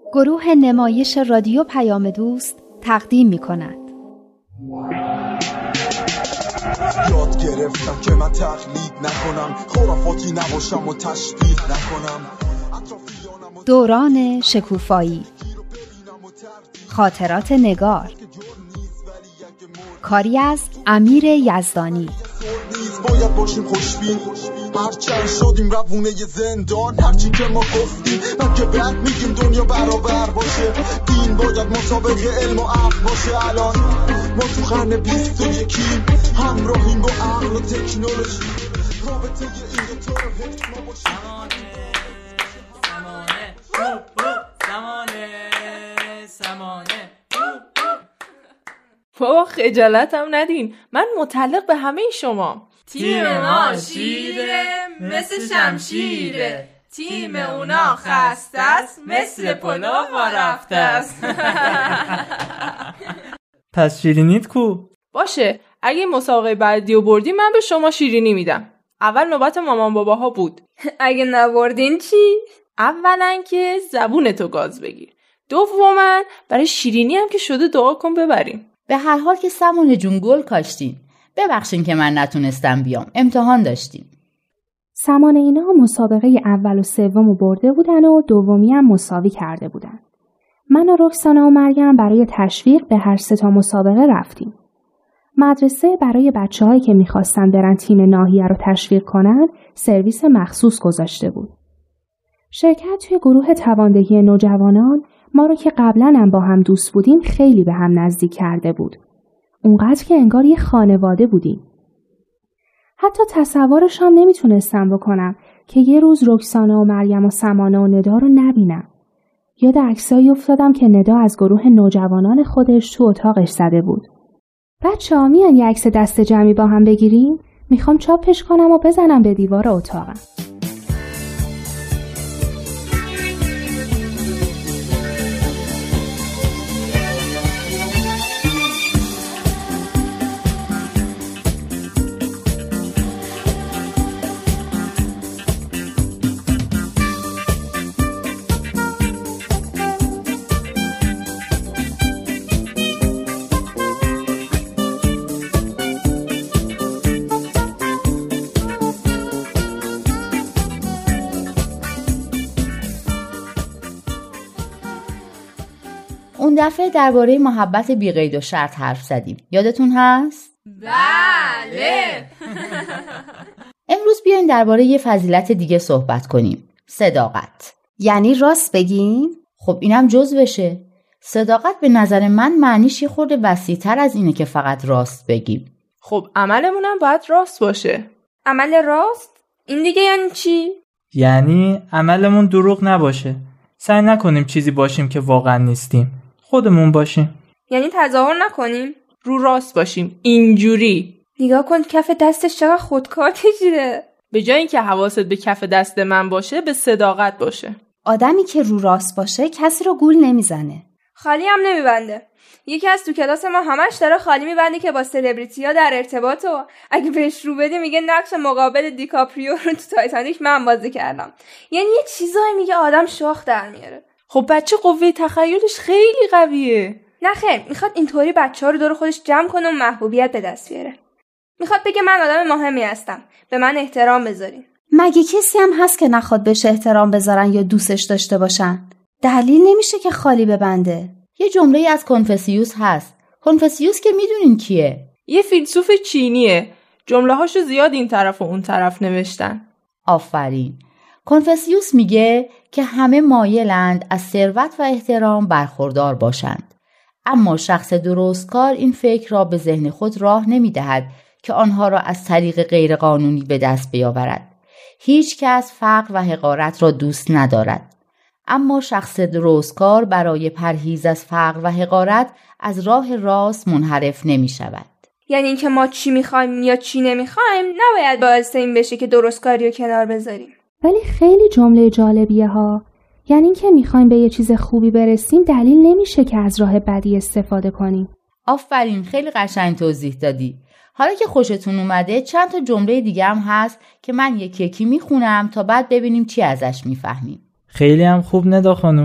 گروه نمایش رادیو پیام دوست تقدیم می‌کند. یاد گرفتم که من تقلید نکنم، خرافاتی نباشم و تشبیه نکنم. دوران شکوفایی، خاطرات نگار، کاری از امیر یزدانی. باید باشیم خوشبین، هرچند شدیم روونه زندان، هرچی که ما گفتیم من که بعد میگیم دنیا برابر باشه. دین باید مسابقه علم و عقل باشه. الان ما تو قرن 21 همراهیم با عقل و تکنولوژی، رابطه این دو تا رو حفظ ما باشه. بابا خجالت هم ندین، من متعلق به همه شما. تیم ما شیره مثل شمشیره، تیم اونا خسته است مثل پلو ما رفته است. پس شیرینیت کو؟ باشه، اگه مسابقه بعدی رو بردی من به شما شیرینی میدم. اول نوبت مامان باباها بود. اگه نبردین چی؟ اولا که زبونتو گاز بگیر، دوما برای شیرینی هم که شده دعا کن ببریم. به هر حال که سمونه جون گل کاشتین. ببخشین که من نتونستم بیام، امتحان داشتیم. سمانه اینا مسابقه اول و سوم برده بودن و دومی هم مساوی کرده بودن. من و رکسانا و مریم برای تشویق به هر سه تا مسابقه رفتیم. مدرسه برای بچه‌هایی که می‌خواستن برن تیم ناحیه رو تشویق کنن، سرویس مخصوص گذاشته بود. شرکت توی گروه تواندهی نوجوانان ما رو که قبلا هم با هم دوست بودیم خیلی به هم نزدیک کرده بود. اونقدر که انگار یه خانواده بودیم. حتی تصورش هم نمیتونستم بکنم که یه روز رکسانا و مریم و سمانه و ندا رو نبینم. یاد عکسایی افتادم که ندا از گروه نوجوانان خودش تو اتاقش زده بود. بچه‌ها میان یه عکس دست جمعی با هم بگیریم؟ میخوام چاپش کنم و بزنم به دیوار اتاقم. اون دفعه درباره محبت بی قید و شرط حرف زدیم. یادتون هست؟ بله. امروز بیاین درباره یه فضیلت دیگه صحبت کنیم. صداقت. یعنی راست بگیم؟ خب اینم جزوشه. صداقت به نظر من معنیش یه خورده وسیع‌تر از اینه که فقط راست بگیم. خب عملمون هم باید راست باشه. عمل راست؟ این دیگه یعنی چی؟ یعنی عملمون دروغ نباشه. سعی نکنیم چیزی باشیم که واقعا نیستیم. خودمون باشیم. یعنی تظاهر نکنیم؟ رو راست باشیم. اینجوری. نگاه کن کف دستش چقدر خودکار کشیده. به جای اینکه حواست به کف دست من باشه، به صداقت باشه. آدمی که رو راست باشه کسی رو گول نمیزنه. خالی هم نمیبنده. یکی از تو کلاس ما همش داره خالی میبنده که با سلبریتی‌ها در ارتباط و اگه بهش رو بدی میگه نقش مقابل دیکاپریو رو تو تایتانیک من بازی کردم. یعنی یه چیزایی میگه آدم شاخ در میاره. خب بچه قوه تخیلش خیلی قویه. نه خیر، میخواد اینطوری بچه‌ها رو دور خودش جمع کنه و محبوبیت به دست بیاره. میخواد بگه من آدم مهمی هستم، به من احترام بذارین. مگه کسی هم هست که نخواد بهش احترام بذارن یا دوستش داشته باشن؟ دلیل نمیشه که خالی ببنده. یه جمله از کنفوسیوس هست. کنفوسیوس که میدونین کیه؟ یه فیلسوف چینیه. جمله‌هاشو زیاد این طرف و اون طرف نوشتن. آفرین. کنفوسیوس میگه که همه مایلند از ثروت و احترام برخوردار باشند. اما شخص درستکار این فکر را به ذهن خود راه نمیدهد که آنها را از طریق غیرقانونی به دست بیاورد. هیچ کس فقر و حقارت را دوست ندارد. اما شخص درستکار برای پرهیز از فقر و حقارت از راه راست منحرف نمی شود. یعنی اینکه ما چی میخوایم یا چی نمیخوایم نباید باعث این بشه که درستکاری رو کنار بذاریم. ولی خیلی جمله جالبیه ها. یعنی اینکه میخوایم به یه چیز خوبی برسیم دلیل نمیشه که از راه بدی استفاده کنیم. آفرین، خیلی قشنگ توضیح دادی. حالا که خوشتون اومده چند تا جمله دیگه هم هست که من یکی یکی میخونم تا بعد ببینیم چی ازش میفهمیم. خیلی هم خوب ندا خانم.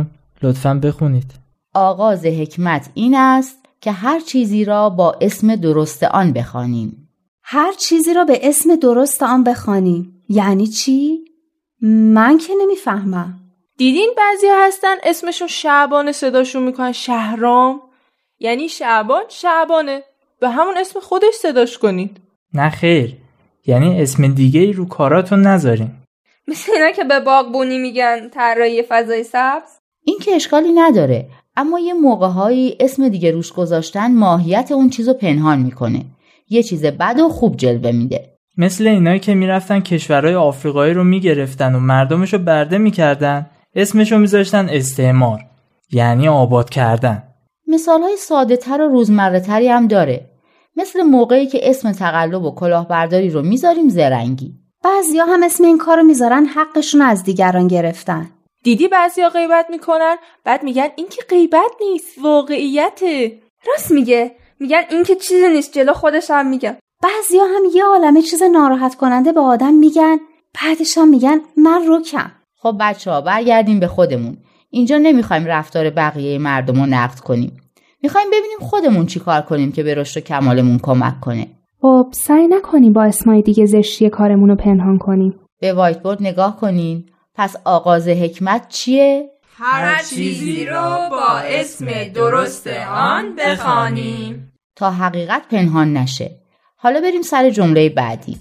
لطفاً بخونید. آغاز حکمت این است که هر چیزی را با اسم درست آن بخوانیم. هر چیزی را به اسم درست آن بخوانیم یعنی چی؟ من که نمیفهمم. دیدین بعضیا هستن اسمشون شعبان صداشون میکنن شهرام، یعنی شعبانه، به همون اسم خودش صداش کنید. نه خیر، یعنی اسم دیگه ای رو کاراتون نذارین. مثل اینا که به باغبونی میگن طراحی فضای سبز. این که اشکالی نداره، اما یه موقع‌هایی اسم دیگه روش گذاشتن ماهیت اون چیزو پنهان میکنه، یه چیز بد و خوب جلوه میده. مثل اینایی که میرفتن کشورهای آفریقایی رو میگرفتن و مردمشو برده میکردن، اسمشو میذاشتن استعمار، یعنی آباد کردن. مثالهای ساده تر و روزمره تری هم داره، مثل موقعی که اسم تقلب و کلاهبرداری رو میذاریم زرنگی. بعضیا هم اسم این کارو میذارن حقشون از دیگران گرفتن. دیدی بعضیا غیبت میکنن بعد میگن این که غیبت نیست واقعیته. راست میگن این که چیزی نیست، جلو خودش هم میگن. بعضیا هم یه عالمه چیز ناراحت کننده به آدم میگن، بعدش هم میگن من رکم. خب بچه‌ها برگردیم به خودمون. اینجا نمیخوایم رفتار بقیه مردم رو نقد کنیم. میخوایم ببینیم خودمون چی کار کنیم که به رشد و کمالمون کمک کنه. خب سعی نکنیم با اسمای دیگه زشتی کارمون رو پنهان کنیم. به وایت بورد نگاه کنین. پس آغاز حکمت چیه؟ هر چیزی رو با اسم درست آن بخوانیم تا حقیقت پنهان نشه. حالا بریم سر جمله بعدی.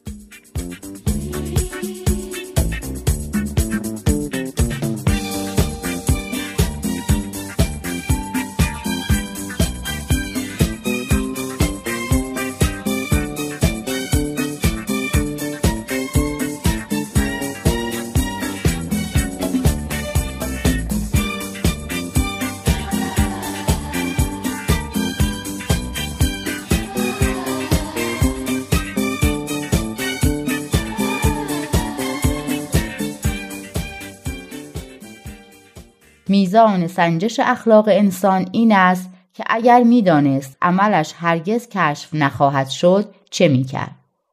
میزان سنجش اخلاق انسان این است که اگر میدانست عملش هرگز کشف نخواهد شد چه میکرد؟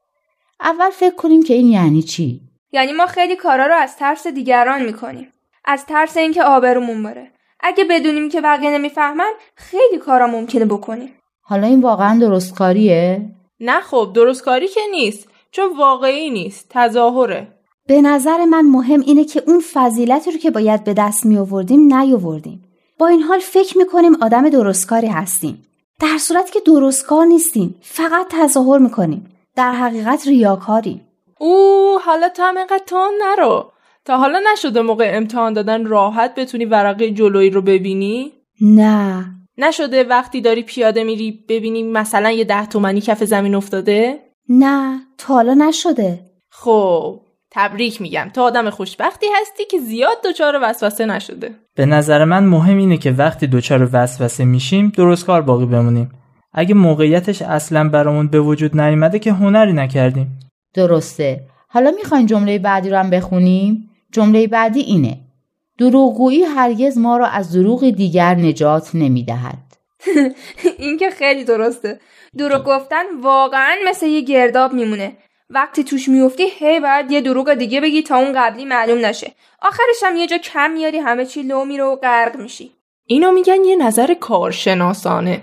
اول فکر کنیم که این یعنی چی؟ یعنی ما خیلی کارا رو از ترس دیگران میکنیم، از ترس اینکه آبرومون بره. اگه بدونیم که بقیه نمیفهمن خیلی کارا ممکنه بکنیم. حالا این واقعا درستکاریه؟ نه خب درستکاری که نیست، چون واقعی نیست، تظاهره. به نظر من مهم اینه که اون فضیلتی رو که باید به دست می آوردیم نیاوردیم. با این حال فکر میکنیم آدم درستکاری هستیم، در صورتی که درستکار نیستیم، فقط تظاهر میکنیم، در حقیقت ریاکاریم. حالا تا هم اینقدر تند نرو. تا حالا نشده موقع امتحان دادن راحت بتونی ورقه جلویی رو ببینی؟ نه. نشده وقتی داری پیاده میری ببینی مثلا یه 10 تومانی کف زمین افتاده؟ نه تا حالا نشده. خب تبریک میگم، تو آدم خوشبختی هستی که زیاد دچار وسوسه نشده. به نظر من مهم اینه که وقتی دچار وسوسه میشیم درستکار باقی بمونیم. اگه موقعیتش اصلا برامون به وجود نیامده که هنری نکردیم. درسته. حالا میخواین جمله بعدی رو هم بخونیم؟ جمله بعدی اینه: دروغگویی هرگز ما را از دروغ دیگر نجات نمیدهد. این که خیلی درسته. دروغ گفتن واقعا مثل یه گرداب میمونه. وقتی توش میفتی باید یه دروغ دیگه بگی تا اون قبلی معلوم نشه. آخرش هم یه جا کم میاری، همه چی لو میره و غرق میشی. اینو میگن یه نظر کارشناسانه.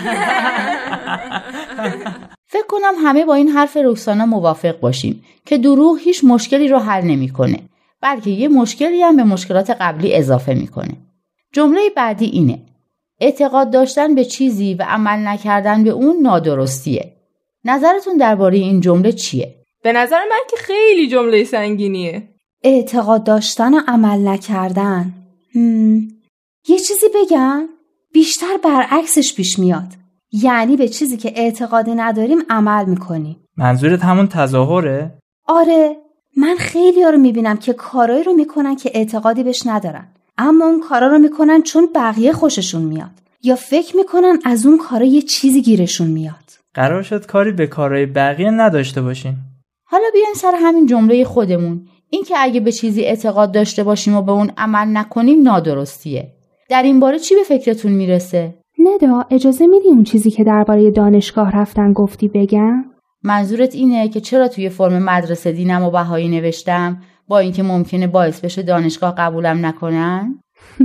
فکر کنم همه با این حرف رکسانا موافق باشیم که دروغ هیچ مشکلی رو حل نمیکنه، بلکه یه مشکلی هم به مشکلات قبلی اضافه میکنه. جمله بعدی اینه: اعتقاد داشتن به چیزی و عمل نکردن به اون نادرستیه. نظرتون درباره این جمله چیه؟ به نظر من که خیلی جمله سنگینیه. اعتقاد داشتن و عمل نکردن. یه چیزی بگم؟ بیشتر برعکسش پیش میاد. یعنی به چیزی که اعتقادی نداریم عمل میکنیم. منظورت همون تظاهره؟ آره، من خیلی ها رو میبینم که کارایی رو میکنن که اعتقادی بهش ندارن، اما اون کارا رو میکنن چون بقیه خوششون میاد یا فکر میکنن از اون کارا یه چیزی گیرشون میاد. قرار شد کاری به کارهای بقیه نداشته باشین. حالا بیاین سر همین جمله خودمون. این که اگه به چیزی اعتقاد داشته باشیم و به اون عمل نکنیم نادرستیه. در این باره چی به فکرتون میرسه؟ ندا، اجازه میدی اون چیزی که درباره دانشگاه رفتن گفتی بگم؟ منظورت اینه که چرا توی فرم مدرسه دینم و بهایی نوشتم با اینکه ممکنه باعث بشه دانشگاه قبولم نکنن؟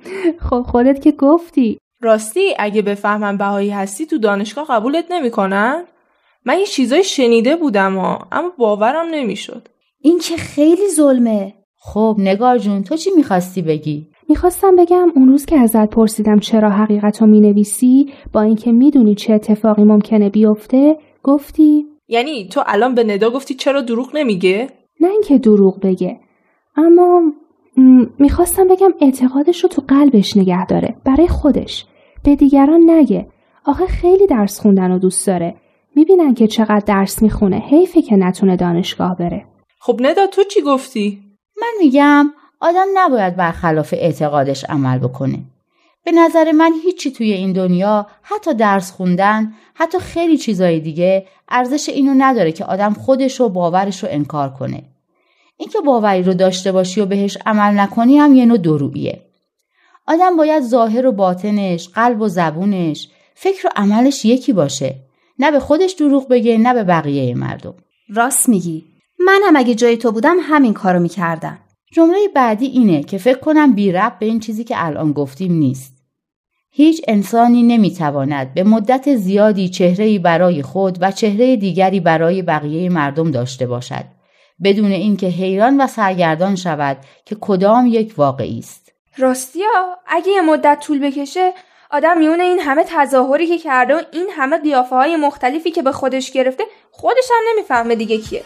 خب خودت که گفتی. راستی اگه بفهمن بهایی هستی تو دانشگاه قبولت نمیکنن؟ من یه چیزای شنیده بودم اما باورم نمیشد. این که خیلی ظلمه. خب نگار جون تو چی میخواستی بگی؟ میخواستم بگم اون روز که ازت پرسیدم چرا حقیقتو مینویسی با اینکه میدونی چه اتفاقی ممکنه بیفته، گفتی یعنی تو الان به ندا گفتی چرا دروغ نمیگه؟ نه اینکه دروغ بگه، اما میخواستم بگم اعتقادش رو تو قلبش نگه داره، برای خودش، به دیگران نگه. آخه خیلی درس خوندن رو دوست داره، میبینن که چقدر درس میخونه، حیفه که نتونه دانشگاه بره. خب ندا تو چی گفتی؟ من میگم آدم نباید برخلاف اعتقادش عمل بکنه. به نظر من هیچی توی این دنیا، حتی درس خوندن، حتی خیلی چیزای دیگه، ارزش اینو نداره که آدم خودش و باورش رو انکار کنه. اینکه باوری رو داشته باشی و بهش عمل نکنی هم یه نوع دروییه. آدم باید ظاهر و باطنش، قلب و زبونش، فکر و عملش یکی باشه. نه به خودش دروغ بگه، نه به بقیه مردم. راست میگی. منم اگه جای تو بودم همین کارو میکردم. جمله بعدی اینه که فکر کنم بی ربط به این چیزی که الان گفتیم نیست. هیچ انسانی نمیتواند به مدت زیادی چهره‌ای برای خود و چهره دیگری برای بقیه مردم داشته باشد، بدون اینکه حیران و سرگردان شود که کدام یک واقعی است. راستیا اگه یه مدت طول بکشه آدم میونه این همه تظاهری که کرده و این همه قیافه‌های مختلفی که به خودش گرفته، خودش هم نمیفهمه دیگه کیه.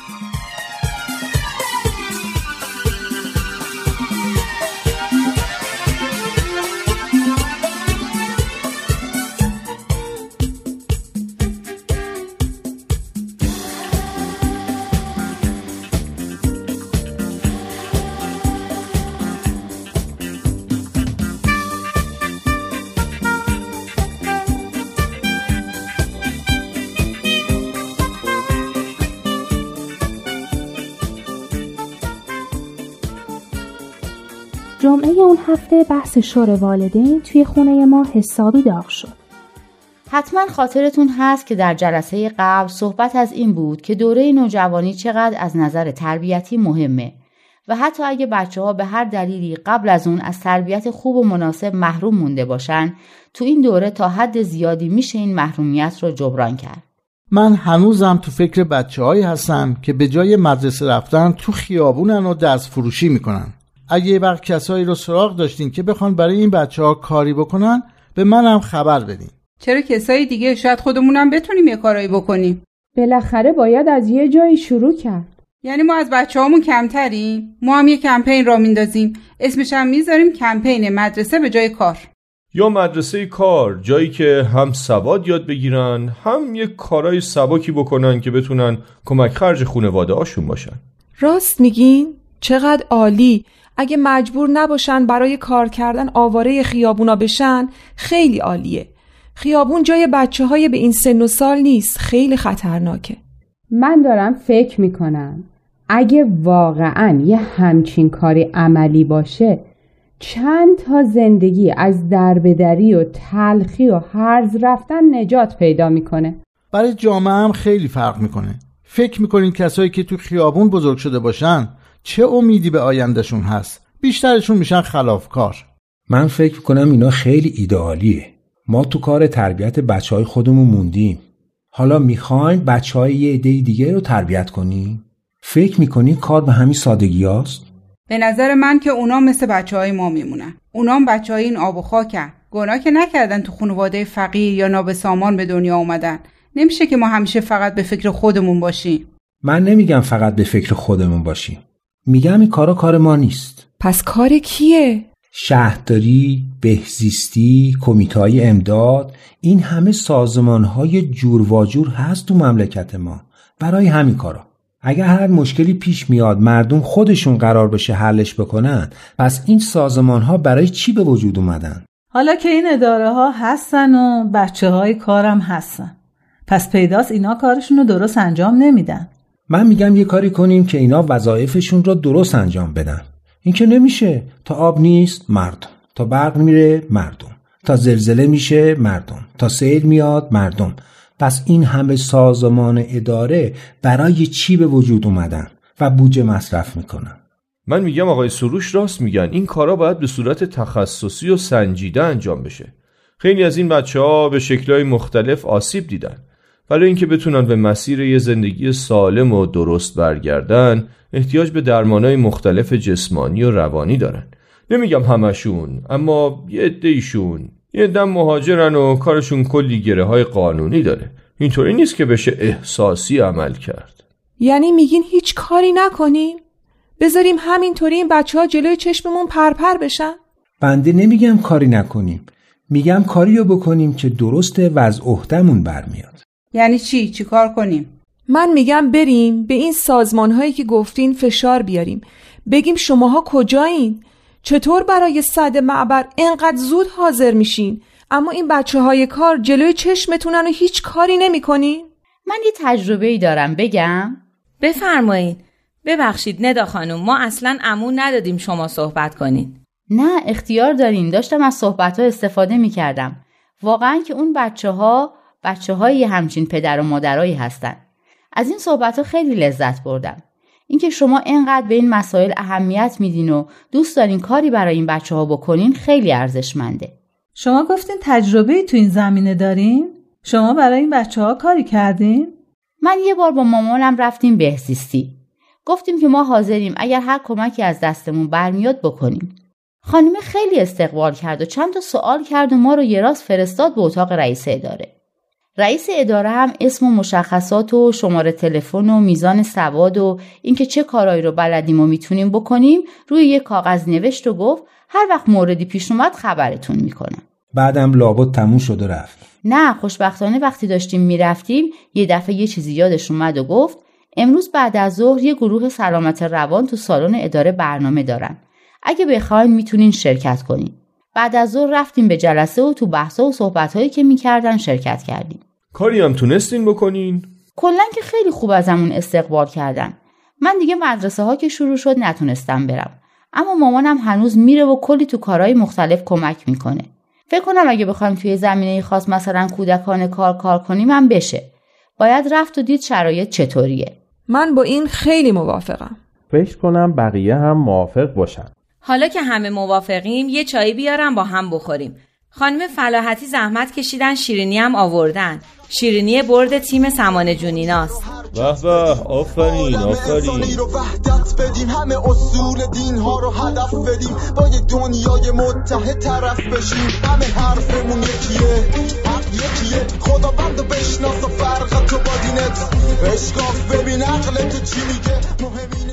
جمعه اون هفته بحث شور والدین توی خونه ما حسابی داغ شد. حتما خاطرتون هست که در جلسه قبل صحبت از این بود که دوره نوجوانی چقدر از نظر تربیتی مهمه و حتی اگه بچه‌ها به هر دلیلی قبل از اون از تربیت خوب و مناسب محروم مونده باشن، تو این دوره تا حد زیادی میشه این محرومیت رو جبران کرد. من هنوزم تو فکر بچه‌هایی هستم که به جای مدرسه رفتن تو خیابونن و دست فروشی میکنن. اگه یه وقت کسایی رو سراغ داشتین که بخوان برای این بچه‌ها کاری بکنن، به منم خبر بدین. چرا کسای دیگه؟ شاید خودمونم بتونیم یه کارایی بکنیم. بالاخره باید از یه جایی شروع کرد. یعنی ما از بچه‌هامون کمتریم؟ ما هم یه کمپین را میندازیم، اسمش هم میذاریم کمپین مدرسه به جای کار. یا مدرسه کار، جایی که هم سواد یاد بگیرن، هم یه کارای سبکی بکنن که بتونن کمک خرج خانواده هاشون باشن. راست میگین؟ چقدر عالی. اگه مجبور نباشن برای کار کردن آواره خیابونا بشن، خیلی عالیه. خیابون جای بچه‌های به این سن و سال نیست، خیلی خطرناکه. من دارم فکر میکنم اگه واقعاً یه همچین کاری عملی باشه، چند تا زندگی از دربدری و تلخی و هرز رفتن نجات پیدا میکنه. برای جامعه هم خیلی فرق میکنه. فکر میکنین کسایی که تو خیابون بزرگ شده باشن چه امیدی به آیندهشون هست؟ بیشترشون میشن خلافکار. من فکر کنم اینا خیلی ایدئالیه. ما تو کار تربیت بچهای خودمون موندیم. حالا میخواین بچهای یه عده دیگه رو تربیت کنیم؟ فکر میکنین کار به همین سادگی هست؟ به نظر من که اونا مثل بچهای ما میمونن. اونام بچهای این آب و خاکن. گناه که نکردن تو خانواده فقیر یا نابسامان به دنیا اومدن. نمیشه که ما همیشه فقط به فکر خودمون باشیم. من نمیگم فقط به فکر خودمون باشیم. میگم این کار ما نیست. پس کار کیه؟ شهرداری، بهزیستی، کمیته‌های امداد، این همه سازمان‌های جور و جور هست تو مملکت ما برای همین کارا. اگر هر مشکلی پیش میاد مردم خودشون قرار بشه حلش بکنن، پس این سازمان‌ها برای چی به وجود اومدن؟ حالا که این اداره ها هستن و بچه‌های کارم هستن، پس پیداست اینا کارشون رو درست انجام نمیدن. من میگم یه کاری کنیم که اینا وظایفشون رو درست انجام بدن. این که نمیشه. تا آب نیست مردم، تا برق میره مردم، تا زلزله میشه مردم، تا سیل میاد مردم. پس این همه سازمان اداره برای چی به وجود اومدن و بودجه مصرف میکنن؟ من میگم آقای سروش راست میگن، این کارا باید به صورت تخصصی و سنجیده انجام بشه. خیلی از این بچه‌ها به شکل‌های مختلف آسیب دیدن. ولی اینکه بتونن به مسیر یه زندگی سالم و درست برگردن، احتیاج به درمان‌های مختلف جسمانی و روانی دارن. نمیگم همشون، اما یه عده‌ایشون. یه عده مهاجرن و کارشون کلی گره‌های قانونی داره. اینطوری نیست که بشه احساسی عمل کرد. یعنی میگین هیچ کاری نکنیم؟ بذاریم همینطوری این بچه‌ها جلوی چشممون پرپر بشن؟ بنده نمیگم کاری نکنیم. میگم کاریو بکنیم که درسته و از عهده‌مون برمیاد. یعنی چی کار کنیم؟ من میگم بریم به این سازمان‌هایی که گفتین فشار بیاریم. بگیم شماها کجایین؟ چطور برای سد معبر اینقدر زود حاضر میشین؟ اما این بچه‌های کار جلوی چشمتونن و هیچ کاری نمی‌کنین؟ من یه تجربه‌ای دارم بگم؟ بفرمایید. ببخشید ندا خانم، ما اصلاً امون ندادیم شما صحبت کنین. نه اختیار دارین، داشتم از صحبت‌ها استفاده می‌کردم. واقعاً که اون بچه‌های همچین پدر و مادرایی هستن. از این صحبت‌ها خیلی لذت بردم. اینکه شما اینقدر به این مسائل اهمیت میدین و دوست دارین کاری برای این بچه‌ها بکنین خیلی ارزشمنده. شما گفتین تجربه‌ای تو این زمینه دارین؟ شما برای این بچه‌ها کاری کردین؟ من یه بار با مامانم رفتیم بهزیستی. گفتیم که ما حاضریم اگر هر کمکی از دستمون برمیاد بکنیم. خانم خیلی استقبال کرد و چند تا سوال کرد و ما رو یه راست فرستاد به اتاق رئیس اداره. رئیس اداره هم اسم و مشخصات و شماره تلفن و میزان سواد و اینکه چه کارایی رو بلدیم و میتونیم بکنیم روی یه کاغذ نوشت و گفت هر وقت موردی پیش اومد خبرتون میکنم. بعدم لابد تموم شد و رفت. نه خوشبختانه وقتی داشتیم میرفتیم یه دفعه یه چیزی یادش اومد و گفت امروز بعد از ظهر یه گروه سلامت روان تو سالن اداره برنامه دارن. اگه بخواین میتونین شرکت کنین. بعد از ظهر رفتیم به جلسه و تو بحثا و صحبت‌هایی که میکردن شرکت کردیم. کاری هم تونستین بکنین؟ کلاً که خیلی خوب ازمون استقبال کردن. من دیگه مدرسه ها که شروع شد نتونستم برم. اما مامانم هنوز میره و کلی تو کارهای مختلف کمک میکنه. فکر کنم اگه بخوایم توی زمینه خاص مثلا کودکان کار کنیم هم بشه. باید رفت و دید شرایط چطوریه. من با این خیلی موافقم. فکر کنم بقیه هم موافق باشن. حالا که همه موافقیم یه چای بیارم با هم بخوریم. خانم فلاحتی زحمت کشیدن، شیرینی هم آوردن. شیرینی برد تیم سمانه جونیناست. به به، آفرین آفرین. رو وحدت بدیم، همه اصول دین ها رو هدف بدیم، با یه دنیای متحد طرف بشیم. همه حرفمون یکیه، حق یکیه، خدا بندو بشناس و فرق تو با دینت. اشکاف ببین عقل تو چی میگه، مهم